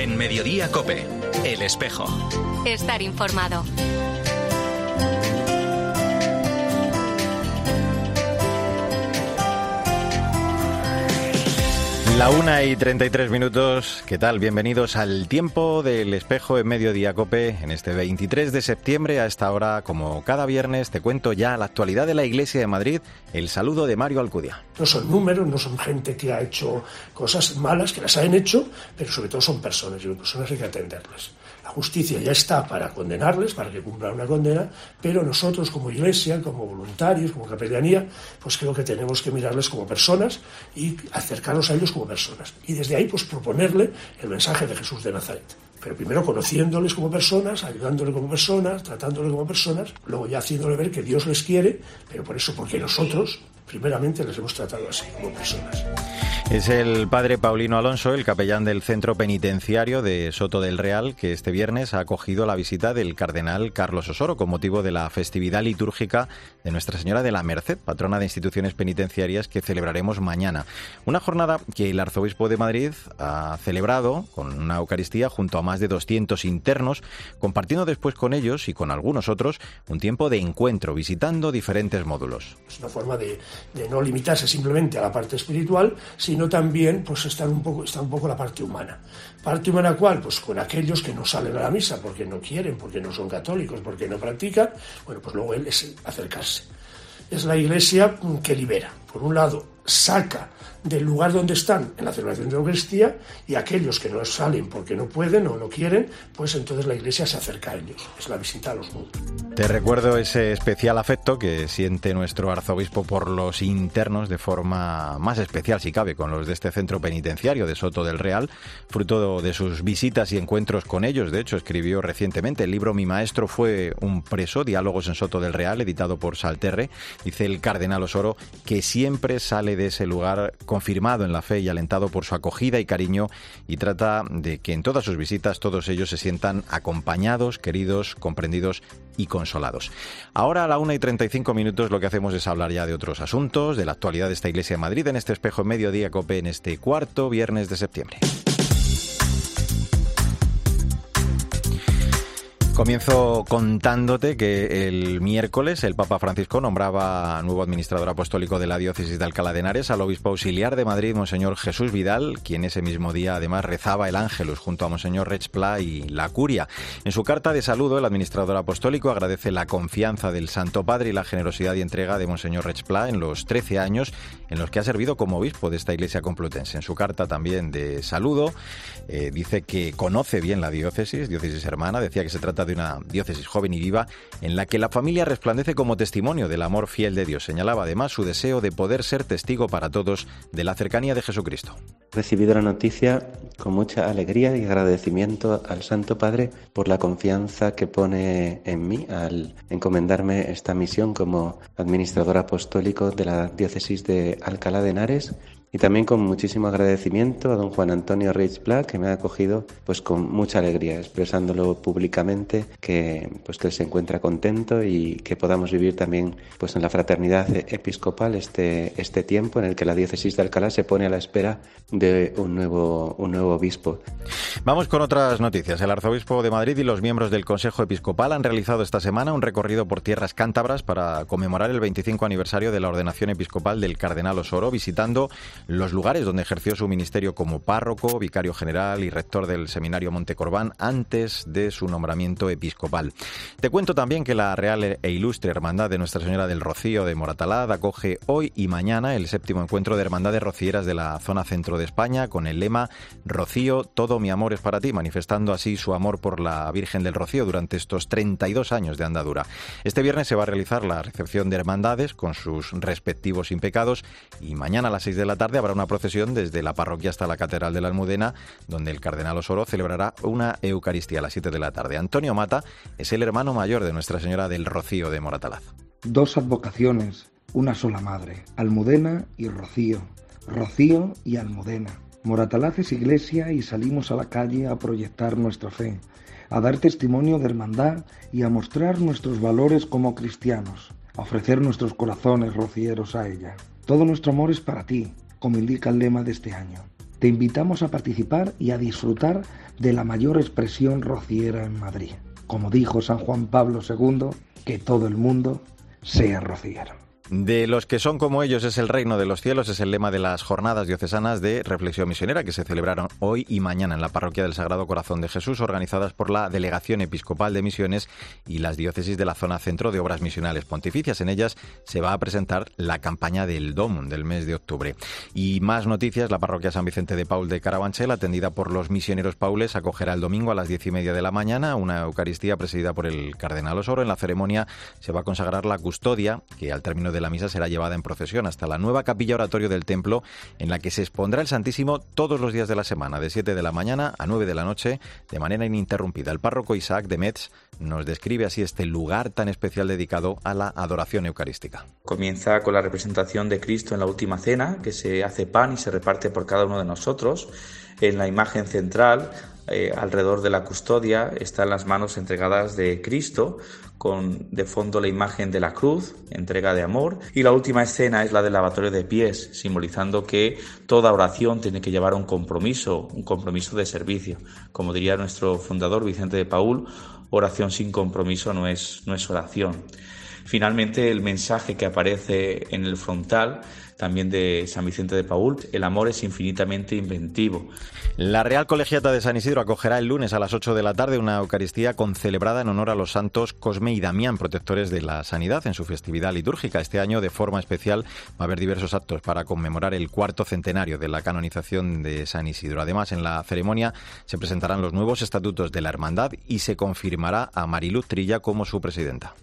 En Mediodía COPE, El Espejo. Estar informado. La 1:33. ¿Qué tal? Bienvenidos al tiempo del Espejo en Mediodía COPE. En este 23 de septiembre, a esta hora, como cada viernes, te cuento ya la actualidad de la Iglesia de Madrid. El saludo de Mario Alcudia. No son números, no son gente que ha hecho cosas malas, que las han hecho, pero sobre todo son personas, y las personas hay que atenderles. La justicia ya está para condenarles, para que cumplan una condena, pero nosotros como Iglesia, como voluntarios, como capellanía, pues creo que tenemos que mirarles como personas y acercarnos a ellos como personas. Y desde ahí pues proponerle el mensaje de Jesús de Nazaret. Pero primero conociéndoles como personas, ayudándoles como personas, tratándoles como personas, luego ya haciéndole ver que Dios les quiere, pero por eso, porque nosotros primeramente les hemos tratado así, como personas. Es el padre Paulino Alonso, el capellán del Centro Penitenciario de Soto del Real, que este viernes ha acogido la visita del cardenal Carlos Osoro con motivo de la festividad litúrgica de Nuestra Señora de la Merced, patrona de instituciones penitenciarias, que celebraremos mañana. Una jornada que el arzobispo de Madrid ha celebrado con una Eucaristía junto a más de 200 internos, compartiendo después con ellos y con algunos otros un tiempo de encuentro, visitando diferentes módulos. Es una forma de no limitarse simplemente a la parte espiritual, sino también pues está un poco la parte humana. ¿Parte humana cuál? Pues con aquellos que no salen a la misa porque no quieren, porque no son católicos, porque no practican. Bueno, pues luego él es acercarse. Es la Iglesia que libera. Por un lado, saca del lugar donde están en la celebración de la Eucaristía, y aquellos que no salen porque no pueden o no quieren, pues entonces la Iglesia se acerca a ellos. Es la visita a los mundos. Te recuerdo ese especial afecto que siente nuestro arzobispo por los internos, de forma más especial, si cabe, con los de este centro penitenciario de Soto del Real, fruto de sus visitas y encuentros con ellos. De hecho, escribió recientemente el libro Mi maestro fue un preso, Diálogos en Soto del Real, editado por Salterre. Dice el cardenal Osoro que siempre sale de ese lugar confirmado en la fe y alentado por su acogida y cariño, y trata de que en todas sus visitas todos ellos se sientan acompañados, queridos, comprendidos y consolados. Ahora a la 1:35 lo que hacemos es hablar ya de otros asuntos, de la actualidad de esta Iglesia de Madrid en este Espejo en Mediodía COPE en este cuarto viernes de septiembre. Comienzo contándote que el miércoles el Papa Francisco nombraba nuevo administrador apostólico de la diócesis de Alcalá de Henares al obispo auxiliar de Madrid, Monseñor Jesús Vidal, quien ese mismo día además rezaba el Ángelus junto a Monseñor Reig Pla y la Curia. En su carta de saludo, el administrador apostólico agradece la confianza del Santo Padre y la generosidad y entrega de Monseñor Reig Pla en los 13 años en los que ha servido como obispo de esta iglesia complutense. En su carta también de saludo dice que conoce bien la diócesis hermana, decía que se trata de una diócesis joven y viva en la que la familia resplandece como testimonio del amor fiel de Dios. Señalaba además su deseo de poder ser testigo para todos de la cercanía de Jesucristo. He recibido la noticia con mucha alegría y agradecimiento al Santo Padre por la confianza que pone en mí al encomendarme esta misión como administrador apostólico de la diócesis de Alcalá de Henares. Y también con muchísimo agradecimiento a don Juan Antonio Reig Pla, que me ha acogido pues con mucha alegría, expresándolo públicamente que él se encuentra contento y que podamos vivir también pues en la fraternidad episcopal este tiempo en el que la diócesis de Alcalá se pone a la espera de un nuevo obispo. Vamos con otras noticias. El arzobispo de Madrid y los miembros del Consejo Episcopal han realizado esta semana un recorrido por tierras cántabras para conmemorar el 25 aniversario de la ordenación episcopal del cardenal Osoro, visitando los lugares donde ejerció su ministerio como párroco, vicario general y rector del seminario Montecorbán antes de su nombramiento episcopal. Te cuento también que la Real e Ilustre Hermandad de Nuestra Señora del Rocío de Moratalaz acoge hoy y mañana el 7º encuentro de hermandades rocieras de la zona centro de España con el lema Rocío, todo mi amor es para ti, manifestando así su amor por la Virgen del Rocío durante estos 32 años de andadura. Este viernes se va a realizar la recepción de hermandades con sus respectivos impecados y mañana a las 6 de la tarde habrá una procesión desde la parroquia hasta la Catedral de la Almudena, donde el cardenal Osoro celebrará una Eucaristía a las 7 de la tarde. Antonio Mata es el hermano mayor de Nuestra Señora del Rocío de Moratalaz. Dos advocaciones, una sola madre, Almudena y Rocío, Rocío y Almudena. Moratalaz es iglesia y salimos a la calle a proyectar nuestra fe, a dar testimonio de hermandad y a mostrar nuestros valores como cristianos, a ofrecer nuestros corazones rocieros a ella. Todo nuestro amor es para ti, como indica el lema de este año. Te invitamos a participar y a disfrutar de la mayor expresión rociera en Madrid. Como dijo San Juan Pablo II, que todo el mundo sea rociero. De los que son como ellos es el reino de los cielos, es el lema de las jornadas diocesanas de reflexión misionera que se celebraron hoy y mañana en la parroquia del Sagrado Corazón de Jesús, organizadas por la Delegación Episcopal de Misiones y las diócesis de la zona centro de obras misionales pontificias. En ellas se va a presentar la campaña del DOMUN del mes de octubre. Y más noticias, la parroquia San Vicente de Paul de Carabanchel, atendida por los misioneros paules, acogerá el domingo a las 10:30 de la mañana una Eucaristía presidida por el cardenal Osoro. En la ceremonia se va a consagrar la custodia, que al término de la misa será llevada en procesión hasta la nueva capilla oratorio del templo, en la que se expondrá el Santísimo todos los días de la semana, de 7 de la mañana a 9 de la noche, de manera ininterrumpida. El párroco Isaac de Metz nos describe así este lugar tan especial dedicado a la adoración eucarística. Comienza con la representación de Cristo en la última cena, que se hace pan y se reparte por cada uno de nosotros. En la imagen central, alrededor de la custodia, están las manos entregadas de Cristo, con de fondo la imagen de la cruz, entrega de amor, y la última escena es la del lavatorio de pies, simbolizando que toda oración tiene que llevar un compromiso de servicio. Como diría nuestro fundador Vicente de Paul, oración sin compromiso no es oración. Finalmente, el mensaje que aparece en el frontal, también de San Vicente de Paul, el amor es infinitamente inventivo. La Real Colegiata de San Isidro acogerá el lunes a las 8 de la tarde una Eucaristía concelebrada en honor a los santos Cosme y Damián, protectores de la sanidad, en su festividad litúrgica. Este año, de forma especial, va a haber diversos actos para conmemorar el 4º centenario de la canonización de San Isidro. Además, en la ceremonia se presentarán los nuevos estatutos de la hermandad y se confirmará a Mariluz Trilla como su presidenta.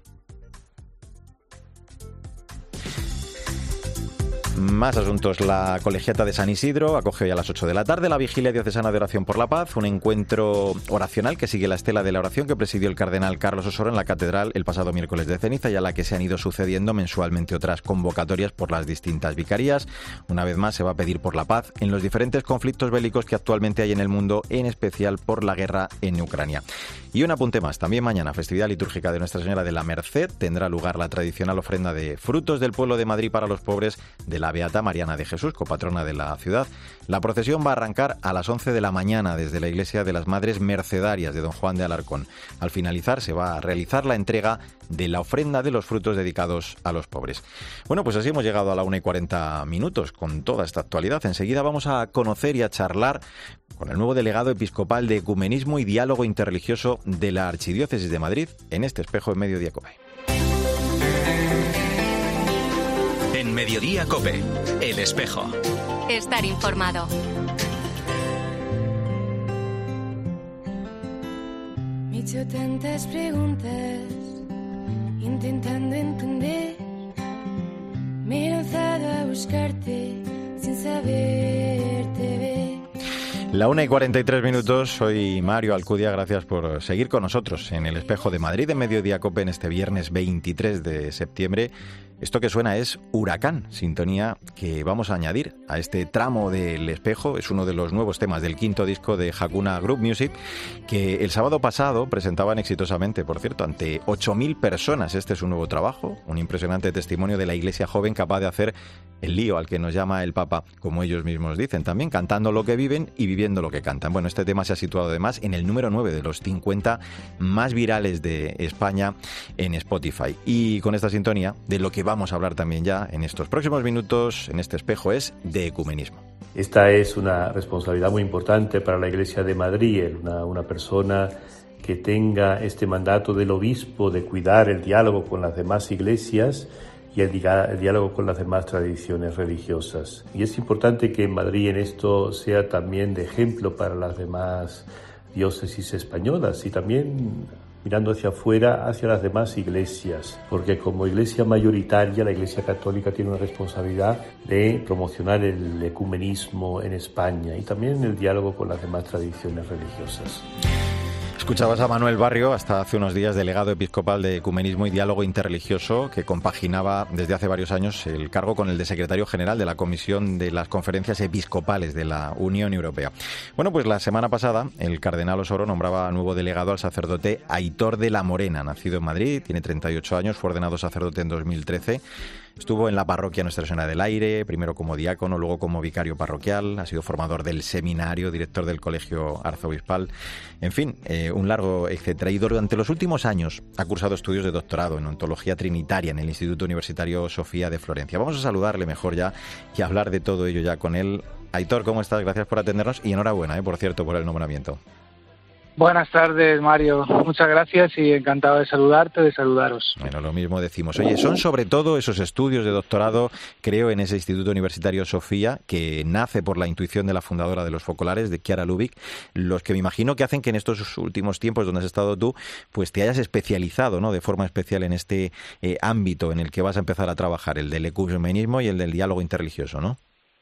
Más asuntos. La Colegiata de San Isidro acoge hoy a las 8 de la tarde la Vigilia Diocesana de Oración por la Paz, un encuentro oracional que sigue la estela de la oración que presidió el cardenal Carlos Osoro en la catedral el pasado miércoles de ceniza, y a la que se han ido sucediendo mensualmente otras convocatorias por las distintas vicarías. Una vez más se va a pedir por la paz en los diferentes conflictos bélicos que actualmente hay en el mundo, en especial por la guerra en Ucrania. Y un apunte más, también mañana, festividad litúrgica de Nuestra Señora de la Merced, tendrá lugar la tradicional ofrenda de frutos del pueblo de Madrid para los pobres de la Beata Mariana de Jesús, copatrona de la ciudad. La procesión va a arrancar a las 11 de la mañana desde la iglesia de las Madres Mercedarias de Don Juan de Alarcón. Al finalizar se va a realizar la entrega de la ofrenda de los frutos dedicados a los pobres. Bueno, pues así hemos llegado a la 1:40 con toda esta actualidad. Enseguida vamos a conocer y a charlar con el nuevo delegado episcopal de Ecumenismo y Diálogo Interreligioso de la Archidiócesis de Madrid en este espejo en Mediodía COPE. En Mediodía COPE, El Espejo. Estar informado. Me he hecho tantas preguntas, intentando entender. Me he lanzado a buscarte sin saberte ver. La 1:43, soy Mario Alcudia, gracias por seguir con nosotros en El Espejo de Madrid en Mediodía COPE en este viernes 23 de septiembre. Esto que suena es Huracán, sintonía que vamos a añadir a este tramo del espejo. Es uno de los nuevos temas del 5º disco de Hakuna Group Music, que el sábado pasado presentaban exitosamente, por cierto, ante 8.000 personas. Este es un nuevo trabajo, un impresionante testimonio de la iglesia joven capaz de hacer el lío al que nos llama el Papa, como ellos mismos dicen, también cantando lo que viven y viviendo lo que cantan. Bueno, este tema se ha situado además en el número 9 de los 50 más virales de España en Spotify. Y con esta sintonía, de lo que vamos a hablar también ya en estos próximos minutos en este espejo es de ecumenismo. Esta es una responsabilidad muy importante para la Iglesia de Madrid, una persona que tenga este mandato del obispo de cuidar el diálogo con las demás iglesias y el diálogo con las demás tradiciones religiosas. Y es importante que en Madrid en esto sea también de ejemplo para las demás diócesis españolas y también mirando hacia afuera, hacia las demás iglesias, porque como iglesia mayoritaria, la Iglesia Católica tiene una responsabilidad de promocionar el ecumenismo en España y también el diálogo con las demás tradiciones religiosas. Escuchabas a Manuel Barrio, hasta hace unos días delegado episcopal de Ecumenismo y Diálogo Interreligioso, que compaginaba desde hace varios años el cargo con el de secretario general de la Comisión de las Conferencias Episcopales de la Unión Europea. Bueno, pues la semana pasada el cardenal Osoro nombraba nuevo delegado al sacerdote Aitor de la Morena, nacido en Madrid, tiene 38 años, fue ordenado sacerdote en 2013. Estuvo en la parroquia Nuestra Señora del Aire, primero como diácono, luego como vicario parroquial, ha sido formador del seminario, director del colegio arzobispal, en fin, un largo etcétera. Y durante los últimos años ha cursado estudios de doctorado en ontología trinitaria en el Instituto Universitario Sofía de Florencia. Vamos a saludarle mejor ya y hablar de todo ello ya con él. Aitor, ¿cómo estás? Gracias por atendernos y enhorabuena, por cierto, por el nombramiento. Buenas tardes, Mario. Muchas gracias y encantado de saludarte, de saludaros. Bueno, lo mismo decimos. Oye, son sobre todo esos estudios de doctorado, creo, en ese Instituto Universitario Sofía, que nace por la intuición de la fundadora de los Focolares, de Chiara Lubich, los que me imagino que hacen que en estos últimos tiempos donde has estado tú, pues te hayas especializado, ¿no?, de forma especial en este ámbito en el que vas a empezar a trabajar, el del ecumenismo y el del diálogo interreligioso, ¿no?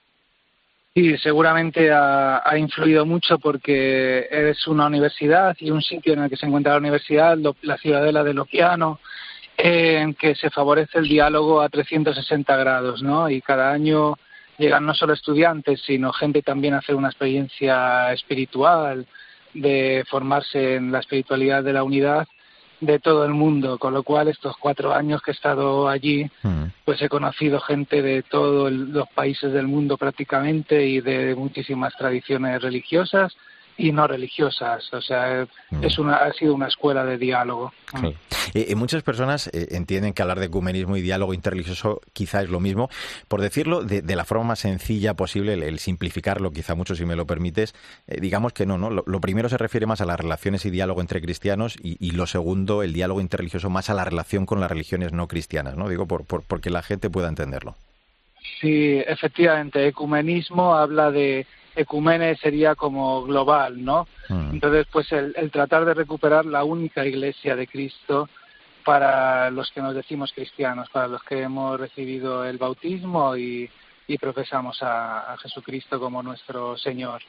Sí, seguramente ha influido mucho porque es una universidad y un sitio en el que se encuentra la universidad, la ciudadela de Lociano, en que se favorece el diálogo a 360 grados, ¿no? Y cada año llegan no solo estudiantes, sino gente también a hacer una experiencia espiritual, de formarse en la espiritualidad de la unidad de todo el mundo, con lo cual estos 4 años que he estado allí, pues he conocido gente de todos los países del mundo prácticamente y de muchísimas tradiciones religiosas y no religiosas, o sea, ha sido una escuela de diálogo. Sí. Muchas personas entienden que hablar de ecumenismo y diálogo interreligioso quizá es lo mismo. Por decirlo de la forma más sencilla posible, el simplificarlo, quizá mucho si me lo permites, digamos que no. Lo primero se refiere más a las relaciones y diálogo entre cristianos y lo segundo, el diálogo interreligioso, más a la relación con las religiones no cristianas, ¿no? Digo, porque la gente pueda entenderlo. Sí, efectivamente, ecumenismo habla de... Ecumene sería como global, ¿no? Entonces, pues el tratar de recuperar la única Iglesia de Cristo para los que nos decimos cristianos, para los que hemos recibido el bautismo y profesamos a Jesucristo como nuestro Señor.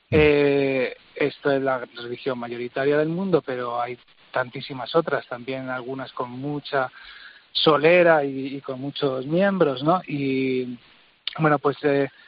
Esto es la religión mayoritaria del mundo, pero hay tantísimas otras, también algunas con mucha solera y con muchos miembros, ¿no? Y bueno, pues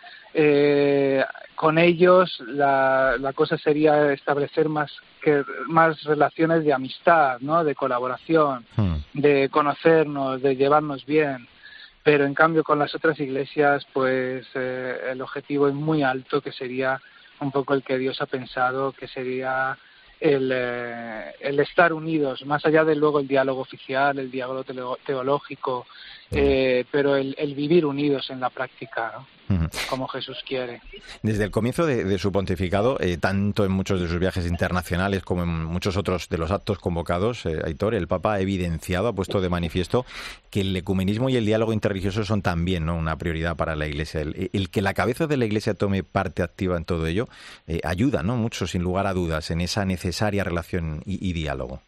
con ellos la cosa sería establecer más relaciones de amistad, ¿no?, de colaboración, de conocernos, de llevarnos bien. Pero en cambio con las otras iglesias, pues el objetivo es muy alto, que sería un poco el que Dios ha pensado, que sería el estar unidos, más allá de luego el diálogo oficial, el diálogo teológico, pero el vivir unidos en la práctica, ¿no?, como Jesús quiere. Desde el comienzo de su pontificado, tanto en muchos de sus viajes internacionales como en muchos otros de los actos convocados, Aitor, el Papa ha evidenciado, ha puesto de manifiesto que el ecumenismo y el diálogo interreligioso son también, ¿no?, una prioridad para la Iglesia. El que la cabeza de la Iglesia tome parte activa en todo ello ayuda, ¿no?, mucho, sin lugar a dudas, en esa necesaria relación y diálogo.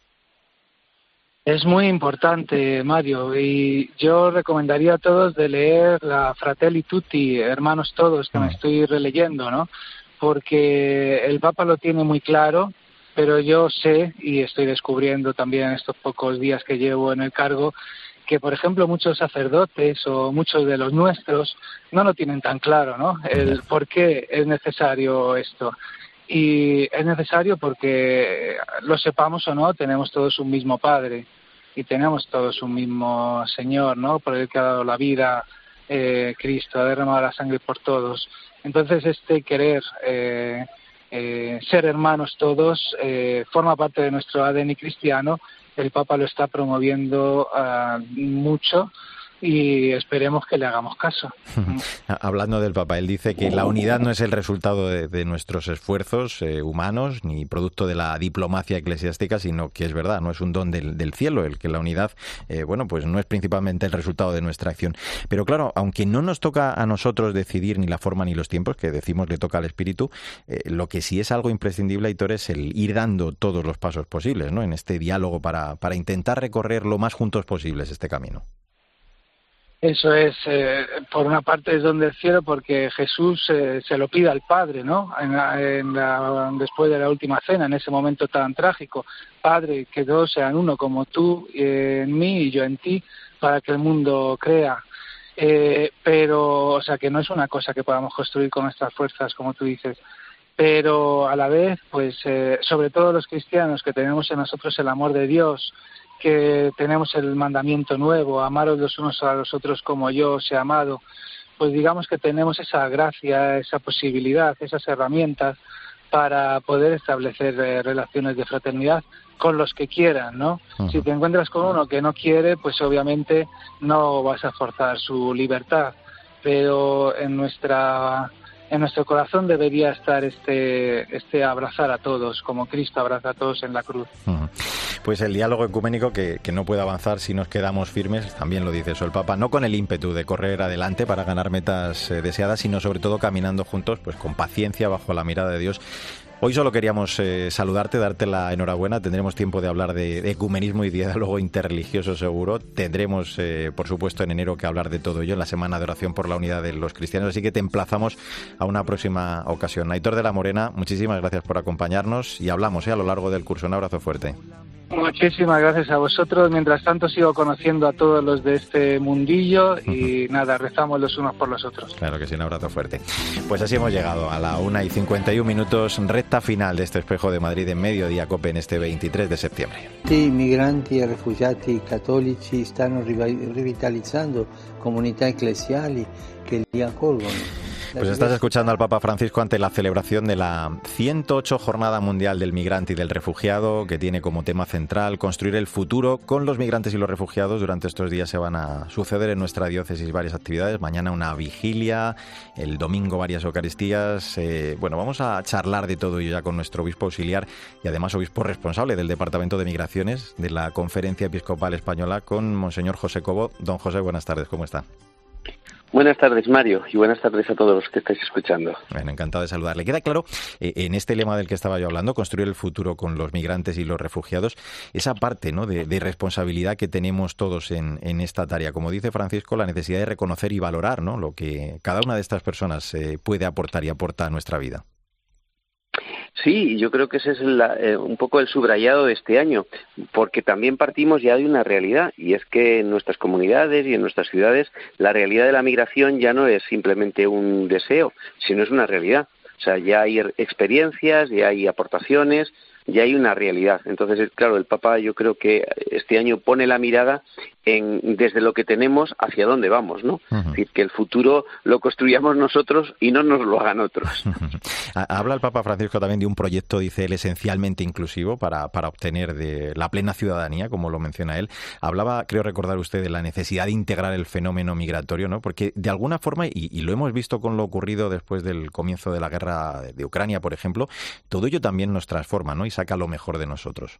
Es muy importante, Mario, y yo recomendaría a todos de leer la Fratelli Tutti, Hermanos Todos, que me estoy releyendo, ¿no? Porque el Papa lo tiene muy claro, pero yo sé, y estoy descubriendo también en estos pocos días que llevo en el cargo, que, por ejemplo, muchos sacerdotes o muchos de los nuestros no lo tienen tan claro, ¿no? El por qué es necesario esto. Y es necesario porque, lo sepamos o no, tenemos todos un mismo Padre y tenemos todos un mismo Señor, ¿no?, por el que ha dado la vida, Cristo, ha derramado la sangre por todos. Entonces querer ser hermanos todos forma parte de nuestro ADN cristiano. El Papa lo está promoviendo mucho y esperemos que le hagamos caso. Hablando del Papa, él dice que la unidad no es el resultado de nuestros esfuerzos humanos ni producto de la diplomacia eclesiástica, sino que es verdad, no es un don del cielo, el que la unidad, pues no es principalmente el resultado de nuestra acción. Pero claro, aunque no nos toca a nosotros decidir ni la forma ni los tiempos, que decimos le toca al Espíritu, lo que sí es algo imprescindible, Aitor, es el ir dando todos los pasos posibles, ¿no?, en este diálogo para intentar recorrer lo más juntos posibles este camino. Eso es, por una parte es don del cielo, porque Jesús se lo pide al Padre, ¿no?, después de la última cena, en ese momento tan trágico. Padre, que todos sean uno, como tú en mí y yo en ti, para que el mundo crea. Pero, o sea, que no es una cosa que podamos construir con nuestras fuerzas, como tú dices. Pero a la vez, pues, sobre todo los cristianos, que tenemos en nosotros el amor de Dios, que tenemos el mandamiento nuevo, amaros los unos a los otros como yo os he amado, pues digamos que tenemos esa gracia, esa posibilidad, esas herramientas para poder establecer relaciones de fraternidad con los que quieran, ¿no? Uh-huh. Si te encuentras con uno que no quiere, pues obviamente no vas a forzar su libertad, pero en nuestro corazón debería estar este abrazar a todos, como Cristo abraza a todos en la cruz. Uh-huh. Pues el diálogo ecuménico que no puede avanzar si nos quedamos firmes, también lo dice eso el Papa, no con el ímpetu de correr adelante para ganar metas deseadas, sino sobre todo caminando juntos, pues con paciencia bajo la mirada de Dios. Hoy solo queríamos saludarte, darte la enhorabuena. Tendremos tiempo de hablar de ecumenismo y diálogo interreligioso seguro. Tendremos, por supuesto, en enero que hablar de todo ello en la Semana de Oración por la Unidad de los Cristianos. Así que te emplazamos a una próxima ocasión. Aitor de la Morena, muchísimas gracias por acompañarnos y hablamos a lo largo del curso. Un abrazo fuerte. Muchísimas gracias a vosotros. Mientras tanto sigo conociendo a todos los de este mundillo y nada, rezamos los unos por los otros. Claro que sí, un abrazo fuerte. Pues así hemos llegado a la 1:51, recta final de este Espejo de Madrid en Mediodía Cope en este 23 de septiembre. I migranti e rifugiati cattolici stanno rivitalizzando comunità eclesiali che li accolgono. Pues estás escuchando al Papa Francisco ante la celebración de la 108 Jornada Mundial del Migrante y del Refugiado, que tiene como tema central construir el futuro con los migrantes y los refugiados. Durante estos días se van a suceder en nuestra diócesis varias actividades. Mañana una vigilia, el domingo varias Eucaristías. Bueno, vamos a charlar de todo ello ya con nuestro obispo auxiliar y además obispo responsable del Departamento de Migraciones de la Conferencia Episcopal Española, con Monseñor José Cobo. Don José, buenas tardes, ¿cómo está? Buenas tardes, Mario, y buenas tardes a todos los que estáis escuchando. Bueno, encantado de saludarle. Queda claro, en este lema del que estaba yo hablando, construir el futuro con los migrantes y los refugiados, esa parte, ¿no?, de responsabilidad que tenemos todos en esta tarea. Como dice Francisco, la necesidad de reconocer y valorar, ¿no?, lo que cada una de estas personas puede aportar y aporta a nuestra vida. Sí, yo creo que ese es un poco el subrayado de este año, porque también partimos ya de una realidad, y es que en nuestras comunidades y en nuestras ciudades la realidad de la migración ya no es simplemente un deseo, sino es una realidad. O sea, ya hay experiencias, ya hay aportaciones, ya hay una realidad. Entonces, claro, el Papa yo creo que este año pone la mirada desde lo que tenemos hacia dónde vamos, ¿no? Uh-huh. Es decir, que el futuro lo construyamos nosotros y no nos lo hagan otros. Habla el Papa Francisco también de un proyecto, dice él, esencialmente inclusivo para obtener de la plena ciudadanía, como lo menciona él. Hablaba, creo recordar usted, de la necesidad de integrar el fenómeno migratorio, ¿no? Porque de alguna forma, y lo hemos visto con lo ocurrido después del comienzo de la guerra de Ucrania, por ejemplo, todo ello también nos transforma, ¿no?, y saca lo mejor de nosotros.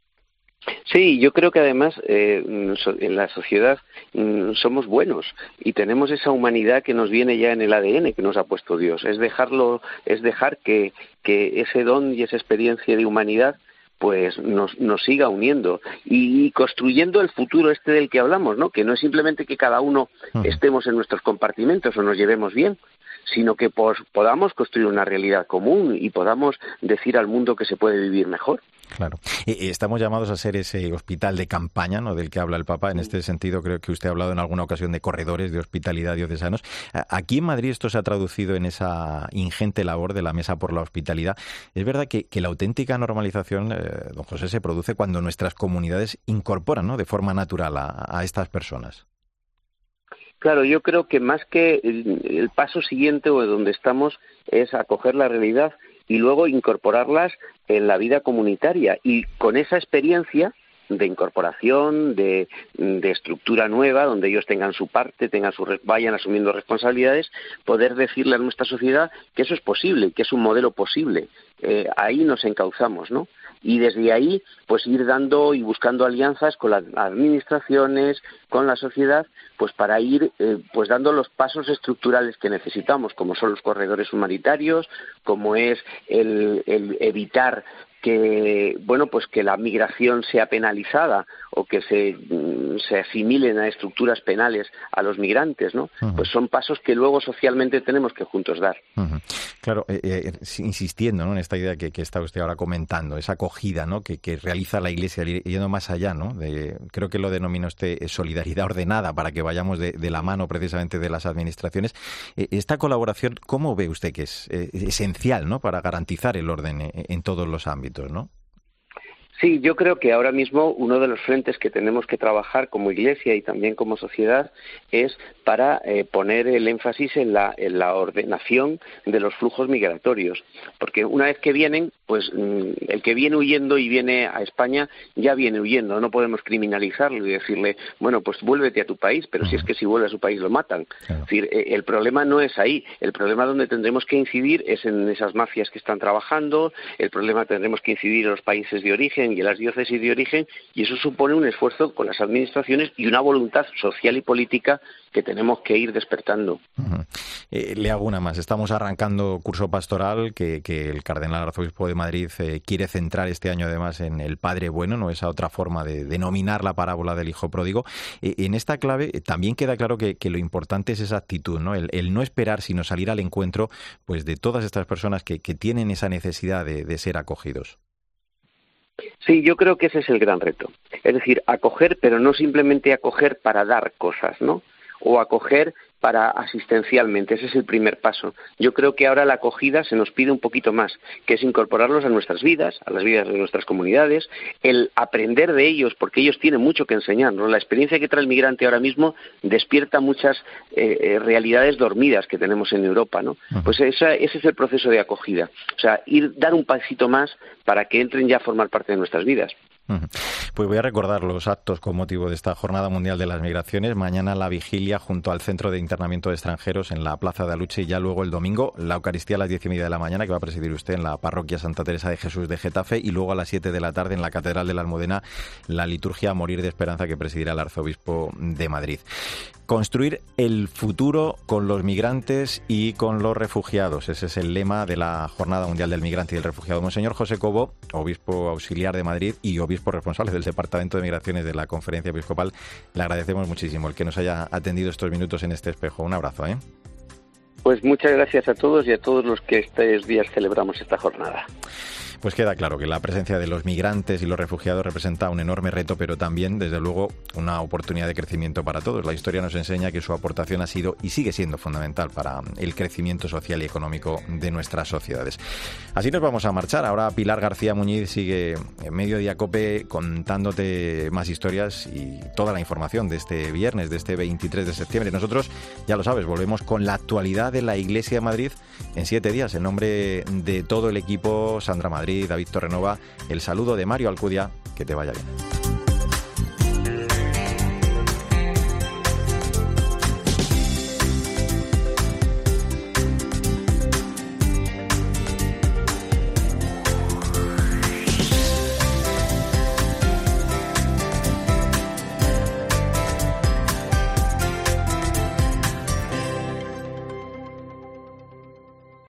Sí, yo creo que además en la sociedad somos buenos y tenemos esa humanidad que nos viene ya en el ADN que nos ha puesto Dios. Es dejar que ese don y esa experiencia de humanidad pues nos siga uniendo y construyendo el futuro del que hablamos, ¿no? Que no es simplemente que cada uno estemos en nuestros compartimentos o nos llevemos bien, sino que podamos construir una realidad común y podamos decir al mundo que se puede vivir mejor. Claro. Estamos llamados a ser ese hospital de campaña, ¿no?, del que habla el Papa. En este sentido, creo que usted ha hablado en alguna ocasión de corredores de hospitalidad diocesanos. Aquí en Madrid esto se ha traducido en esa ingente labor de la Mesa por la Hospitalidad. Es verdad que la auténtica normalización, don José, se produce cuando nuestras comunidades incorporan, ¿no?, de forma natural a estas personas. Claro, yo creo que más que el paso siguiente o de donde estamos es acoger la realidad y luego incorporarlas en la vida comunitaria y con esa experiencia de incorporación, de estructura nueva, donde ellos tengan su parte, vayan asumiendo responsabilidades, poder decirle a nuestra sociedad que eso es posible, que es un modelo posible. Ahí nos encauzamos, ¿no? Y desde ahí, pues ir dando y buscando alianzas con las administraciones, con la sociedad, pues para ir pues dando los pasos estructurales que necesitamos, como son los corredores humanitarios, como es el evitar que la migración sea penalizada o que se asimilen a estructuras penales a los migrantes, ¿no? Uh-huh. Pues son pasos que luego socialmente tenemos que juntos dar. Uh-huh. Claro, insistiendo, ¿no?, en esta idea que está usted ahora comentando, esa acogida, ¿no?, que realiza la Iglesia, yendo más allá, ¿no?, creo que lo denomina usted solidaridad ordenada, para que vayamos de la mano precisamente de las administraciones. Esta colaboración, ¿cómo ve usted que es esencial, ¿no?, para garantizar el orden en todos los ámbitos, ¿no? Sí, yo creo que ahora mismo uno de los frentes que tenemos que trabajar como Iglesia y también como sociedad es para poner el énfasis en la ordenación de los flujos migratorios, porque una vez que vienen, pues el que viene huyendo y viene a España ya viene huyendo, no podemos criminalizarlo y decirle, bueno, pues vuélvete a tu país, pero si es que si vuelve a su país lo matan. Claro. Es decir, el problema no es ahí, el problema donde tendremos que incidir es en esas mafias que están trabajando, el problema tendremos que incidir en los países de origen y en las diócesis de origen, y eso supone un esfuerzo con las administraciones y una voluntad social y política que tenemos que ir despertando. Le hago una más. Estamos arrancando curso pastoral que el cardenal arzobispo de Madrid quiere centrar este año además en el Padre Bueno, no esa otra forma de denominar la parábola del hijo pródigo. En esta clave también queda claro que lo importante es esa actitud, ¿no? El no esperar, sino salir al encuentro pues de todas estas personas que tienen esa necesidad de ser acogidos. Sí, yo creo que ese es el gran reto. Es decir, acoger, pero no simplemente acoger para dar cosas, ¿no? O acoger para asistencialmente, ese es el primer paso. Yo creo que ahora la acogida se nos pide un poquito más, que es incorporarlos a nuestras vidas, a las vidas de nuestras comunidades, el aprender de ellos, porque ellos tienen mucho que enseñarnos. La experiencia que trae el migrante ahora mismo despierta muchas realidades dormidas que tenemos en Europa, ¿no? Pues ese es el proceso de acogida, o sea, dar un pasito más para que entren ya a formar parte de nuestras vidas. Pues voy a recordar los actos con motivo de esta Jornada Mundial de las Migraciones. Mañana la vigilia junto al Centro de Internamiento de Extranjeros en la Plaza de Aluche, y ya luego el domingo la Eucaristía a las 10:30 de la mañana, que va a presidir usted en la Parroquia Santa Teresa de Jesús de Getafe, y luego a las 7 de la tarde en la Catedral de la Almudena la liturgia Morir de Esperanza, que presidirá el Arzobispo de Madrid. Construir el futuro con los migrantes y con los refugiados. Ese es el lema de la Jornada Mundial del Migrante y del Refugiado. Monseñor José Cobo, obispo auxiliar de Madrid y obispo responsable del Departamento de Migraciones de la Conferencia Episcopal, le agradecemos muchísimo el que nos haya atendido estos minutos en este espejo. Un abrazo, ¿eh? Pues muchas gracias a todos y a todos los que estos días celebramos esta jornada. Pues queda claro que la presencia de los migrantes y los refugiados representa un enorme reto, pero también, desde luego, una oportunidad de crecimiento para todos. La historia nos enseña que su aportación ha sido y sigue siendo fundamental para el crecimiento social y económico de nuestras sociedades. Así nos vamos a marchar. Ahora Pilar García Muñiz sigue en Mediodía COPE contándote más historias y toda la información de este viernes, de este 23 de septiembre. Nosotros, ya lo sabes, volvemos con la actualidad de la Iglesia de Madrid en 7 días. En nombre de todo el equipo, Sandra Madrid, David Torrenova, el saludo de Mario Alcudia, que te vaya bien.